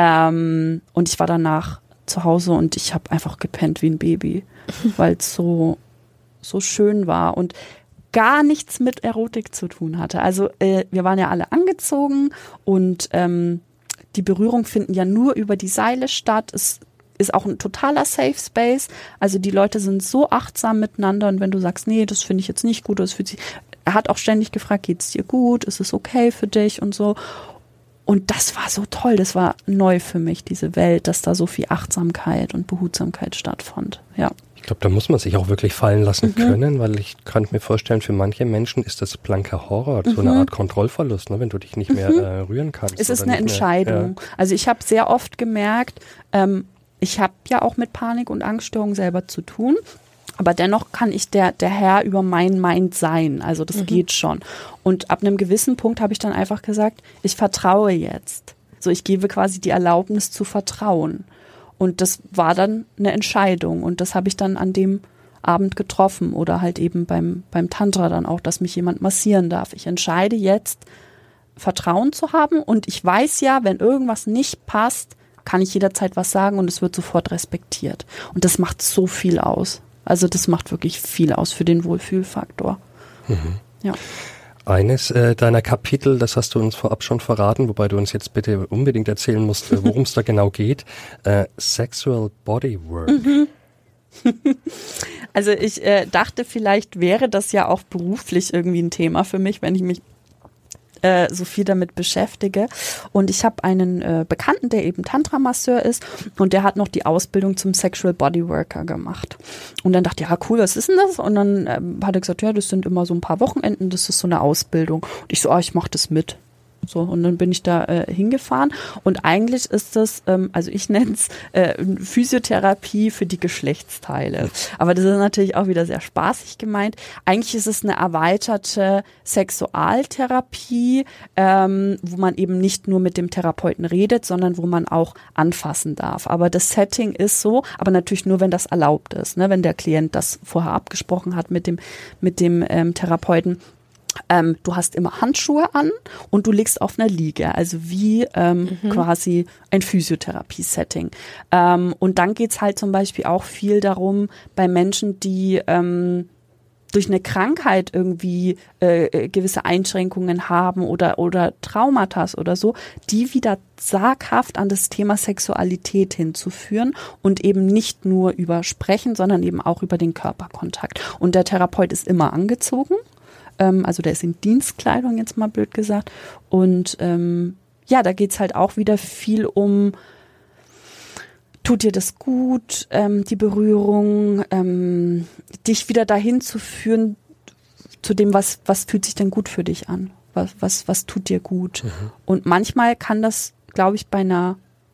Ähm, und ich war danach zu Hause und ich habe einfach gepennt wie ein Baby, weil es so, so schön war und gar nichts mit Erotik zu tun hatte. Also äh, wir waren ja alle angezogen und ähm, die Berührungen finden ja nur über die Seile statt. Es ist auch ein totaler Safe Space. Also die Leute sind so achtsam miteinander und wenn du sagst, nee, das finde ich jetzt nicht gut, das fühlt sich, er hat auch ständig gefragt, geht's dir gut, ist es okay für dich und so. Und das war so toll, das war neu für mich, diese Welt, dass da so viel Achtsamkeit und Behutsamkeit stattfand, ja. Ich glaube, da muss man sich auch wirklich fallen lassen Mhm. können, weil ich kann mir vorstellen, für manche Menschen ist das blanker Horror, so eine Mhm. Art Kontrollverlust, ne, wenn du dich nicht mehr Mhm. äh, rühren kannst. Es ist oder eine nicht Entscheidung. Mehr, Also ich habe sehr oft gemerkt, ähm, ich habe ja auch mit Panik- und Angststörungen selber zu tun, aber dennoch kann ich der, der Herr über mein Mind sein. Also das Mhm. geht schon. Und ab einem gewissen Punkt habe ich dann einfach gesagt, ich vertraue jetzt. So, ich gebe quasi die Erlaubnis zu vertrauen. Und das war dann eine Entscheidung. Und das habe ich dann an dem Abend getroffen oder halt eben beim, beim Tantra dann auch, dass mich jemand massieren darf. Ich entscheide jetzt, Vertrauen zu haben und ich weiß ja, wenn irgendwas nicht passt, kann ich jederzeit was sagen und es wird sofort respektiert. Und das macht so viel aus. Also das macht wirklich viel aus für den Wohlfühlfaktor. Mhm. Ja. Eines äh, deiner Kapitel, das hast du uns vorab schon verraten, wobei du uns jetzt bitte unbedingt erzählen musst, äh, worum es da genau geht. Äh, Sexual Bodywork. Mhm. Also ich äh, dachte, vielleicht wäre das ja auch beruflich irgendwie ein Thema für mich, wenn ich mich äh, so viel damit beschäftige. Und ich habe einen äh, Bekannten, der eben Tantra-Masseur ist und der hat noch die Ausbildung zum Sexual Bodyworker gemacht. Und dann dachte ich, ja cool, was ist denn das? Und dann ähm, hat er gesagt, ja, das sind immer so ein paar Wochenenden, das ist so eine Ausbildung. Und ich so, ah, ich mache das mit. So, und dann bin ich da äh, hingefahren und eigentlich ist das, ähm, also ich nenne es äh, Physiotherapie für die Geschlechtsteile. Aber das ist natürlich auch wieder sehr spaßig gemeint. Eigentlich ist es eine erweiterte Sexualtherapie, ähm, wo man eben nicht nur mit dem Therapeuten redet, sondern wo man auch anfassen darf. Aber das Setting ist so, aber natürlich nur, wenn das erlaubt ist, ne? Wenn der Klient das vorher abgesprochen hat mit dem, mit dem ähm, Therapeuten. Ähm, du hast immer Handschuhe an und du liegst auf einer Liege, also wie ähm, mhm. quasi ein Physiotherapie-Setting. Ähm, und dann geht's halt zum Beispiel auch viel darum, bei Menschen, die ähm, durch eine Krankheit irgendwie äh, gewisse Einschränkungen haben oder oder Traumata oder so, die wieder zaghaft an das Thema Sexualität hinzuführen und eben nicht nur über Sprechen, sondern eben auch über den Körperkontakt. Und der Therapeut ist immer angezogen. Also der ist in Dienstkleidung, jetzt mal blöd gesagt. Und ähm, ja, da geht's halt auch wieder viel um, tut dir das gut, ähm, die Berührung, ähm, dich wieder dahin zu führen, zu dem, was, was fühlt sich denn gut für dich an? Was, was, was tut dir gut? Mhm. Und manchmal kann das, glaube ich, bei einer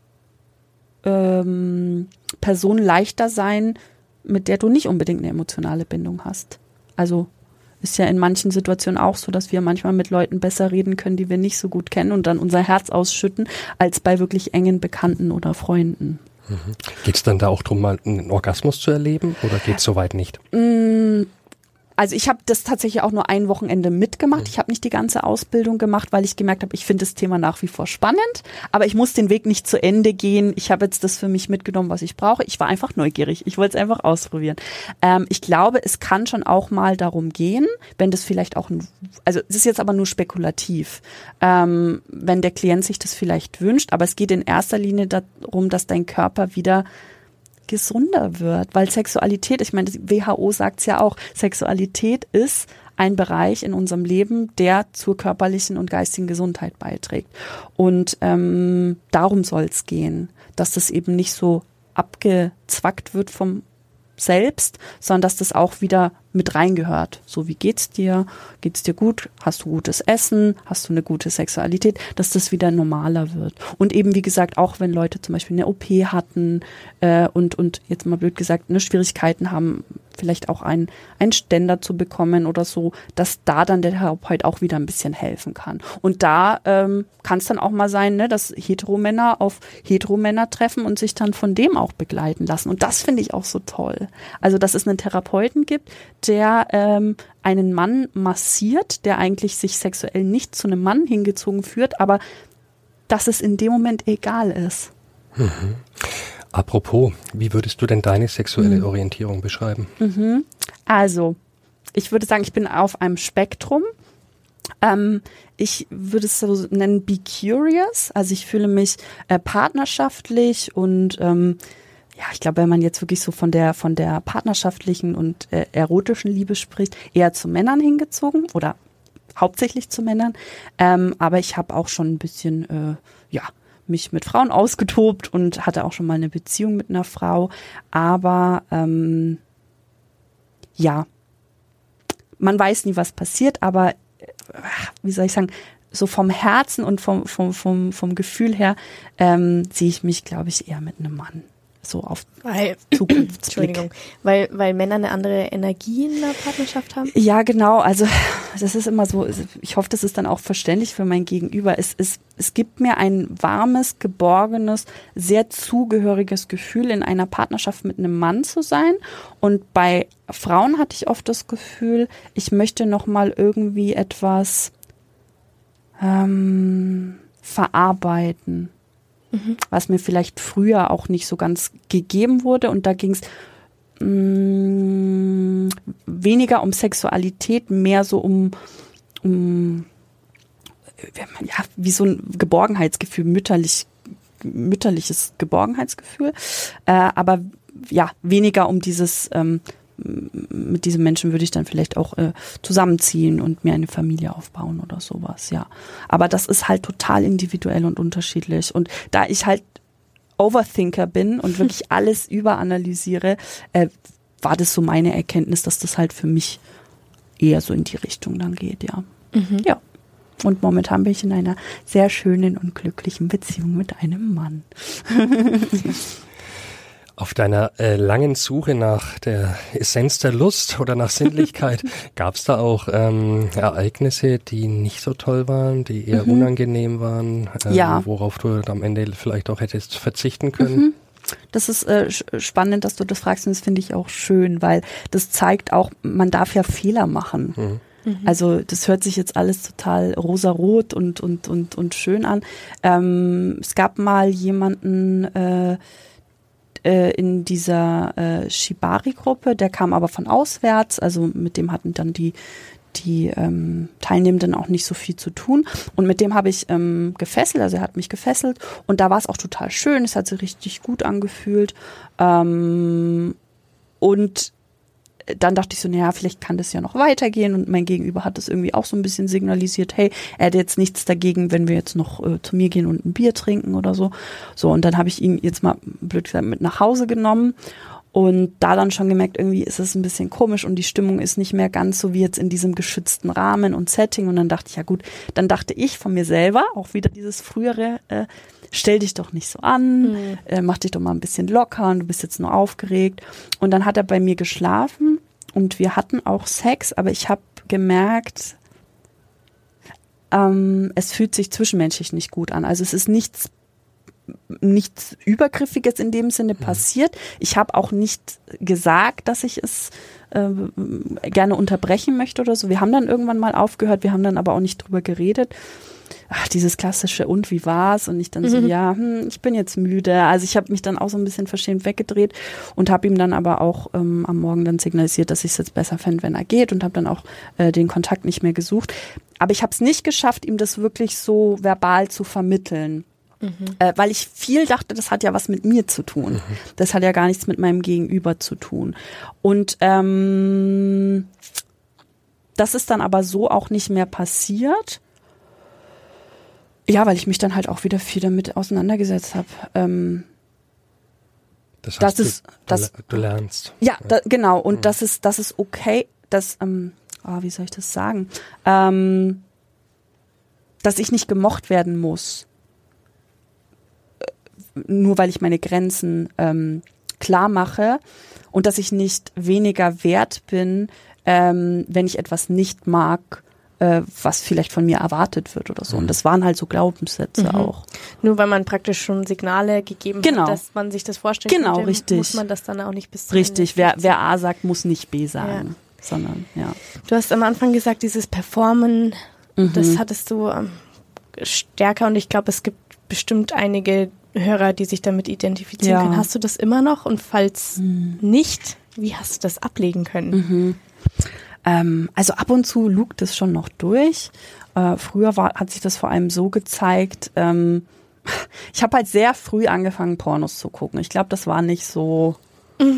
ähm, Person leichter sein, mit der du nicht unbedingt eine emotionale Bindung hast. Also ist ja in manchen Situationen auch so, dass wir manchmal mit Leuten besser reden können, die wir nicht so gut kennen und dann unser Herz ausschütten, als bei wirklich engen Bekannten oder Freunden. Mhm. Geht es dann da auch darum, mal einen Orgasmus zu erleben oder geht es soweit nicht? Mm, Also ich habe das tatsächlich auch nur ein Wochenende mitgemacht. Ich habe nicht die ganze Ausbildung gemacht, weil ich gemerkt habe, ich finde das Thema nach wie vor spannend, aber ich muss den Weg nicht zu Ende gehen. Ich habe jetzt das für mich mitgenommen, was ich brauche. Ich war einfach neugierig. Ich wollte es einfach ausprobieren. Ähm, ich glaube, es kann schon auch mal darum gehen, wenn das vielleicht auch, ein, also es ist jetzt aber nur spekulativ, ähm, wenn der Klient sich das vielleicht wünscht, aber es geht in erster Linie darum, dass dein Körper wieder gesunder wird, weil Sexualität, ich meine, die W H O sagt es ja auch, Sexualität ist ein Bereich in unserem Leben, der zur körperlichen und geistigen Gesundheit beiträgt. Und ähm, darum soll es gehen, dass das eben nicht so abgezwackt wird vom Selbst, sondern dass das auch wieder mit reingehört. So, wie geht's dir? Geht's dir gut? Hast du gutes Essen? Hast du eine gute Sexualität? Dass das wieder normaler wird. Und eben, wie gesagt, auch wenn Leute zum Beispiel eine O P hatten äh, und und jetzt mal blöd gesagt, ne, Schwierigkeiten haben, vielleicht auch einen, einen Ständer zu bekommen oder so, dass da dann der Therapeut auch wieder ein bisschen helfen kann. Und da ähm, kann es dann auch mal sein, ne, dass Heteromänner auf Heteromänner treffen und sich dann von dem auch begleiten lassen. Und das finde ich auch so toll. Also, dass es einen Therapeuten gibt, der ähm, einen Mann massiert, der eigentlich sich sexuell nicht zu einem Mann hingezogen führt, aber dass es in dem Moment egal ist. Mhm. Apropos, wie würdest du denn deine sexuelle mhm. Orientierung beschreiben? Mhm. Also, ich würde sagen, ich bin auf einem Spektrum. Ähm, ich würde es so nennen, be curious. Also ich fühle mich äh, partnerschaftlich und ähm, ja, ich glaube, wenn man jetzt wirklich so von der von der partnerschaftlichen und äh, erotischen Liebe spricht, eher zu Männern hingezogen oder hauptsächlich zu Männern. Ähm, aber ich habe auch schon ein bisschen, äh, ja, mich mit Frauen ausgetobt und hatte auch schon mal eine Beziehung mit einer Frau. Aber ähm, ja, man weiß nie, was passiert, aber äh, wie soll ich sagen, so vom Herzen und vom, vom, vom, vom Gefühl her ähm, sehe ich mich, glaube ich, eher mit einem Mann. So auf weil, Zukunftsblick. Entschuldigung, weil, weil Männer eine andere Energie in der Partnerschaft haben? Ja, genau. Also das ist immer so, ich hoffe, das ist dann auch verständlich für mein Gegenüber. Es, es, es gibt mir ein warmes, geborgenes, sehr zugehöriges Gefühl, in einer Partnerschaft mit einem Mann zu sein. Und bei Frauen hatte ich oft das Gefühl, ich möchte nochmal irgendwie etwas ähm, verarbeiten. Was mir vielleicht früher auch nicht so ganz gegeben wurde. Und da ging es mh, weniger um Sexualität, mehr so um, um ja, wie so ein Geborgenheitsgefühl, mütterlich, mütterliches Geborgenheitsgefühl. Äh, aber ja, weniger um dieses ähm, mit diesem Menschen würde ich dann vielleicht auch äh, zusammenziehen und mir eine Familie aufbauen oder sowas, ja. Aber das ist halt total individuell und unterschiedlich. Und da ich halt Overthinker bin und wirklich alles überanalysiere, äh, war das so meine Erkenntnis, dass das halt für mich eher so in die Richtung dann geht, ja. Mhm. Ja. Und momentan bin ich in einer sehr schönen und glücklichen Beziehung mit einem Mann. Auf deiner äh, langen Suche nach der Essenz der Lust oder nach Sinnlichkeit, gab es da auch ähm, Ereignisse, die nicht so toll waren, die eher mhm. unangenehm waren, äh, ja. worauf du am Ende vielleicht auch hättest verzichten können? Mhm. Das ist äh, spannend, dass du das fragst, und das finde ich auch schön, weil das zeigt auch, man darf ja Fehler machen. Mhm. Also das hört sich jetzt alles total rosarot und und und und schön an. Ähm, es gab mal jemanden äh, äh, in dieser äh, Shibari-Gruppe, der kam aber von auswärts, also mit dem hatten dann die die ähm, Teilnehmenden auch nicht so viel zu tun. Und mit dem habe ich ähm, gefesselt, also er hat mich gefesselt und da war es auch total schön, es hat sich richtig gut angefühlt. Ähm, und dann dachte ich so, naja, vielleicht kann das ja noch weitergehen, und mein Gegenüber hat das irgendwie auch so ein bisschen signalisiert, hey, er hätte jetzt nichts dagegen, wenn wir jetzt noch äh, zu mir gehen und ein Bier trinken oder so. So, und dann habe ich ihn jetzt mal, blöd gesagt, mit nach Hause genommen und da dann schon gemerkt, irgendwie ist es ein bisschen komisch und die Stimmung ist nicht mehr ganz so wie jetzt in diesem geschützten Rahmen und Setting, und dann dachte ich, ja gut, dann dachte ich von mir selber, auch wieder dieses frühere, äh, stell dich doch nicht so an, mhm. äh, mach dich doch mal ein bisschen locker und du bist jetzt nur aufgeregt. Und dann hat er bei mir geschlafen und wir hatten auch Sex, aber ich habe gemerkt, ähm, es fühlt sich zwischenmenschlich nicht gut an. Also es ist nichts nichts Übergriffiges in dem Sinne passiert. Ich habe auch nicht gesagt, dass ich es äh, gerne unterbrechen möchte oder so. Wir haben dann irgendwann mal aufgehört, wir haben dann aber auch nicht drüber geredet. Ach, dieses klassische und wie war's? Und ich dann so, mhm. ja, hm, ich bin jetzt müde. Also ich habe mich dann auch so ein bisschen verschämt weggedreht und habe ihm dann aber auch ähm, am Morgen dann signalisiert, dass ich es jetzt besser fände, wenn er geht, und habe dann auch äh, den Kontakt nicht mehr gesucht. Aber ich habe es nicht geschafft, ihm das wirklich so verbal zu vermitteln. Mhm. Äh, weil ich viel dachte, das hat ja was mit mir zu tun. Mhm. Das hat ja gar nichts mit meinem Gegenüber zu tun. Und ähm, das ist dann aber so auch nicht mehr passiert. Ja, weil ich mich dann halt auch wieder viel damit auseinandergesetzt habe. Ähm, das heißt, das ist, du, das, du lernst. Ja, da, genau. Und mhm. das ist, das ist okay, dass, ähm, oh, wie soll ich das sagen? Ähm, dass ich nicht gemocht werden muss. Nur weil ich meine Grenzen ähm, klar mache, und dass ich nicht weniger wert bin, ähm, wenn ich etwas nicht mag, äh, was vielleicht von mir erwartet wird oder so. Und das waren halt so Glaubenssätze mhm. auch. Nur weil man praktisch schon Signale gegeben genau. hat, dass man sich das vorstellen genau, könnte, richtig. muss man das dann auch nicht bis zum Richtig, Ende wer, wer A sagt, muss nicht B sagen. Ja. Sondern, ja. Du hast am Anfang gesagt, dieses Performen, mhm. das hattest du ähm, stärker, und ich glaube, es gibt bestimmt einige Hörer, die sich damit identifizieren ja. können. Hast du das immer noch? Und falls mhm. nicht, wie hast du das ablegen können? Mhm. Ähm, also ab und zu lugt es schon noch durch. Äh, früher war, hat sich das vor allem so gezeigt, ähm, ich habe halt sehr früh angefangen, Pornos zu gucken. Ich glaube, das war nicht so... Mhm.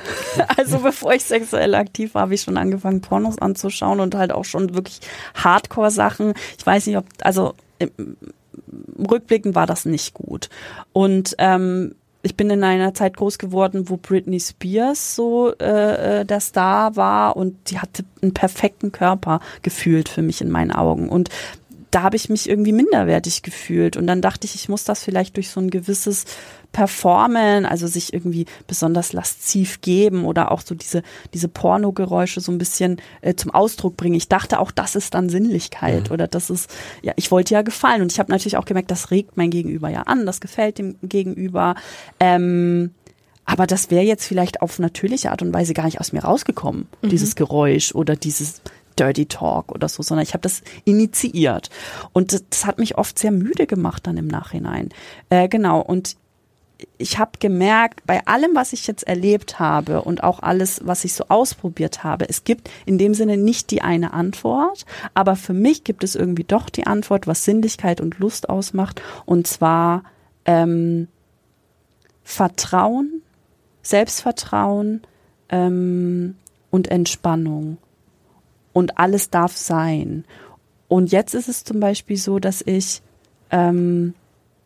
Also bevor ich sexuell aktiv war, habe ich schon angefangen, Pornos anzuschauen, und halt auch schon wirklich Hardcore-Sachen. Ich weiß nicht, ob... also im, rückblickend war das nicht gut. Und ähm, ich bin in einer Zeit groß geworden, wo Britney Spears so äh, der Star war, und die hatte einen perfekten Körper gefühlt für mich in meinen Augen. Und da habe ich mich irgendwie minderwertig gefühlt. Und dann dachte ich, ich muss das vielleicht durch so ein gewisses Performen, also sich irgendwie besonders lasziv geben oder auch so diese diese Pornogeräusche so ein bisschen äh, zum Ausdruck bringen. Ich dachte auch, das ist dann Sinnlichkeit, mhm. oder das ist, ja, ich wollte ja gefallen, und ich habe natürlich auch gemerkt, das regt mein Gegenüber ja an, das gefällt dem Gegenüber, ähm, aber das wäre jetzt vielleicht auf natürliche Art und Weise gar nicht aus mir rausgekommen, mhm. dieses Geräusch oder dieses Dirty Talk oder so, sondern ich habe das initiiert, und das, das hat mich oft sehr müde gemacht dann im Nachhinein. Äh, genau, und ich habe gemerkt, bei allem, was ich jetzt erlebt habe und auch alles, was ich so ausprobiert habe, es gibt in dem Sinne nicht die eine Antwort, aber für mich gibt es irgendwie doch die Antwort, was Sinnlichkeit und Lust ausmacht, und zwar ähm, Vertrauen, Selbstvertrauen, ähm, und Entspannung und alles darf sein. Und jetzt ist es zum Beispiel so, dass ich ähm,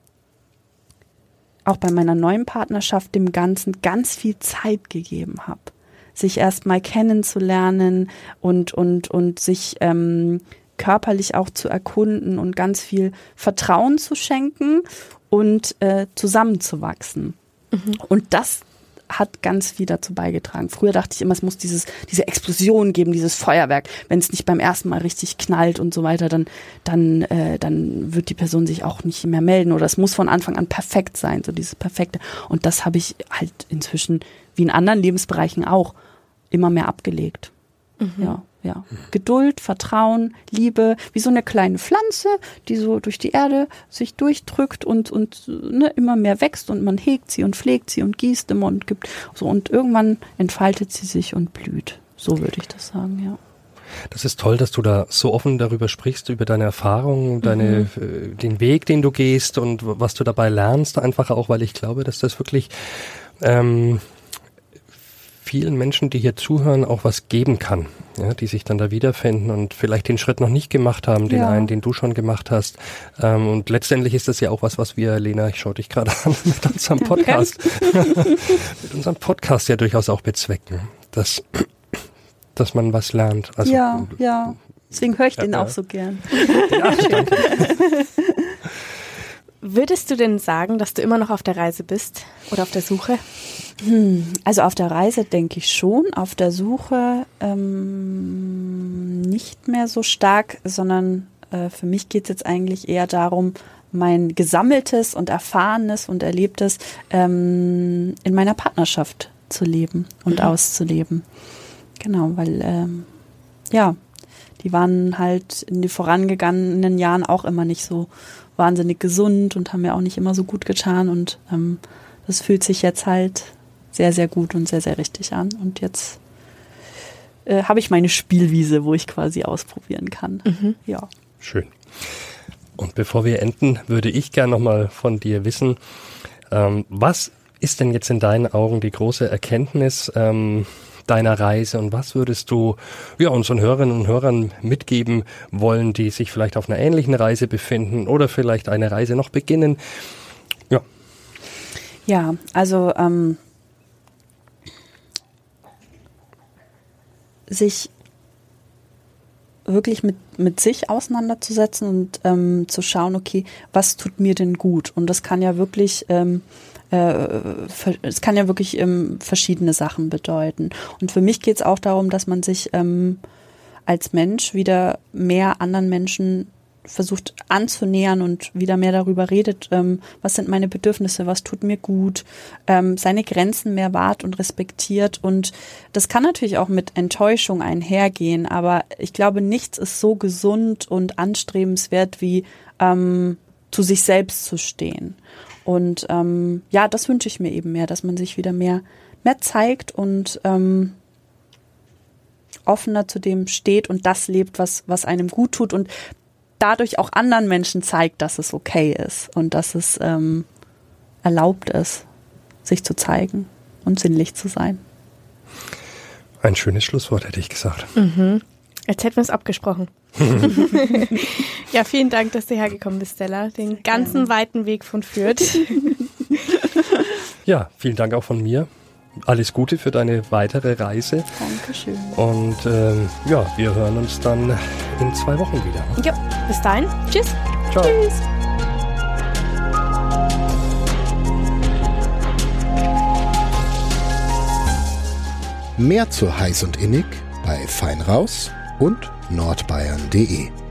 auch bei meiner neuen Partnerschaft dem Ganzen ganz viel Zeit gegeben habe, sich erstmal kennenzulernen und und und sich ähm, körperlich auch zu erkunden und ganz viel Vertrauen zu schenken und äh, zusammenzuwachsen. Mhm. Und das hat ganz viel dazu beigetragen. Früher dachte ich immer, es muss dieses, diese Explosion geben, dieses Feuerwerk. Wenn es nicht beim ersten Mal richtig knallt und so weiter, dann, dann, äh, dann wird die Person sich auch nicht mehr melden. Oder es muss von Anfang an perfekt sein, so dieses Perfekte. Und das habe ich halt inzwischen, wie in anderen Lebensbereichen auch, immer mehr abgelegt. Mhm. Ja, ja. Geduld, Vertrauen, Liebe, wie so eine kleine Pflanze, die so durch die Erde sich durchdrückt und, und ne, immer mehr wächst und man hegt sie und pflegt sie und gießt immer und gibt so und irgendwann entfaltet sie sich und blüht. So würde ich das sagen, ja. Das ist toll, dass du da so offen darüber sprichst, über deine Erfahrungen, deine, mhm. den Weg, den du gehst und was du dabei lernst, einfach auch, weil ich glaube, dass das wirklich ähm, vielen Menschen, die hier zuhören, auch was geben kann, ja, die sich dann da wiederfinden und vielleicht den Schritt noch nicht gemacht haben, den ja. einen, den du schon gemacht hast. Ähm, und letztendlich ist das ja auch was, was wir, Lena, ich schaue dich gerade an, mit unserem Podcast, mit unserem Podcast ja durchaus auch bezwecken, dass, dass man was lernt. Also, ja, ja. Deswegen höre ich ja, den ja. auch so gern. Ja, danke. Würdest du denn sagen, dass du immer noch auf der Reise bist oder auf der Suche? Hm, also auf der Reise denke ich schon, auf der Suche ähm, nicht mehr so stark, sondern äh, für mich geht es jetzt eigentlich eher darum, mein Gesammeltes und Erfahrenes und Erlebtes ähm, in meiner Partnerschaft zu leben und mhm. auszuleben. Genau, weil ähm, ja, die waren halt in den vorangegangenen Jahren auch immer nicht so wahnsinnig gesund und haben mir auch nicht immer so gut getan und ähm, das fühlt sich jetzt halt sehr, sehr gut und sehr, sehr richtig an. Und jetzt äh, habe ich meine Spielwiese, wo ich quasi ausprobieren kann. Mhm. Ja. Schön. Und bevor wir enden, würde ich gerne nochmal von dir wissen, ähm, was ist denn jetzt in deinen Augen die große Erkenntnis ähm, deiner Reise und was würdest du ja, unseren Hörerinnen und Hörern mitgeben wollen, die sich vielleicht auf einer ähnlichen Reise befinden oder vielleicht eine Reise noch beginnen? Ja. Ja, also ähm, sich wirklich mit, mit sich auseinanderzusetzen und ähm, zu schauen, okay, was tut mir denn gut? Und das kann ja wirklich, ähm, äh, es kann ja wirklich ähm, verschiedene Sachen bedeuten. Und für mich geht es auch darum, dass man sich ähm, als Mensch wieder mehr anderen Menschen versucht anzunähern und wieder mehr darüber redet, ähm, was sind meine Bedürfnisse, was tut mir gut, ähm, seine Grenzen mehr wahrt und respektiert. Und das kann natürlich auch mit Enttäuschung einhergehen, aber ich glaube, nichts ist so gesund und anstrebenswert, wie ähm, zu sich selbst zu stehen. Und ähm, ja, das wünsche ich mir eben mehr, dass man sich wieder mehr, mehr zeigt und ähm, offener zu dem steht und das lebt, was, was einem gut tut und dadurch auch anderen Menschen zeigt, dass es okay ist und dass es ähm, erlaubt ist, sich zu zeigen und sinnlich zu sein. Ein schönes Schlusswort, hätte ich gesagt. Mhm. Jetzt hätten wir es abgesprochen. Ja, vielen Dank, dass du hergekommen bist, Stella. Den ganzen weiten Weg von Fürth. Ja, vielen Dank auch von mir. Alles Gute für deine weitere Reise. Dankeschön. Und ähm, ja, wir hören uns dann in zwei Wochen wieder. Ja, bis dahin. Tschüss. Ciao. Tschüss. Mehr zu Heiß und Innig bei Fein raus und nordbayern punkt de.